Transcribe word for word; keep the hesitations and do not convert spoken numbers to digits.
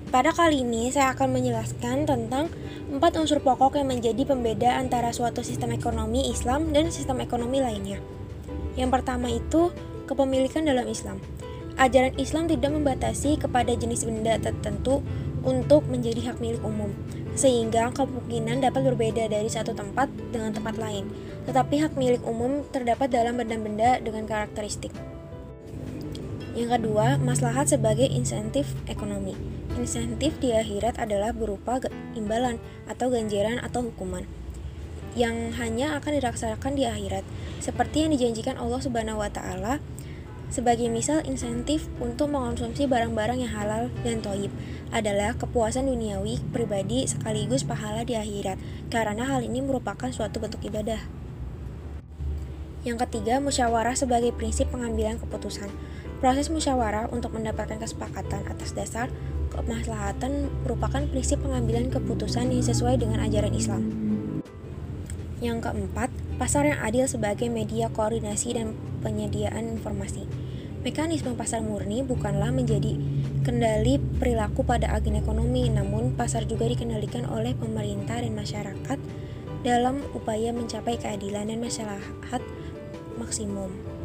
Pada kali ini saya akan menjelaskan tentang empat unsur pokok yang menjadi pembeda antara suatu sistem ekonomi Islam dan sistem ekonomi lainnya. Yang pertama itu kepemilikan dalam Islam. Ajaran Islam tidak membatasi kepada jenis benda tertentu untuk menjadi hak milik umum, sehingga kemungkinan dapat berbeda dari satu tempat dengan tempat lain. Tetapi hak milik umum terdapat dalam benda-benda dengan karakteristik. Yang kedua, maslahat sebagai insentif ekonomi. Insentif di akhirat adalah berupa imbalan atau ganjaran atau hukuman yang hanya akan dirasakan di akhirat, seperti yang dijanjikan Allah Subhanahu wa taala. Sebagai misal, insentif untuk mengonsumsi barang-barang yang halal dan thayyib adalah kepuasan duniawi pribadi sekaligus pahala di akhirat, karena hal ini merupakan suatu bentuk ibadah. Yang ketiga, musyawarah sebagai prinsip pengambilan keputusan. Proses musyawarah untuk mendapatkan kesepakatan atas dasar kemaslahatan merupakan prinsip pengambilan keputusan yang sesuai dengan ajaran Islam. Yang keempat, pasar yang adil sebagai media koordinasi dan penyediaan informasi. Mekanisme pasar murni bukanlah menjadi kendali perilaku pada agen ekonomi, namun pasar juga dikendalikan oleh pemerintah dan masyarakat dalam upaya mencapai keadilan dan maslahat maksimum.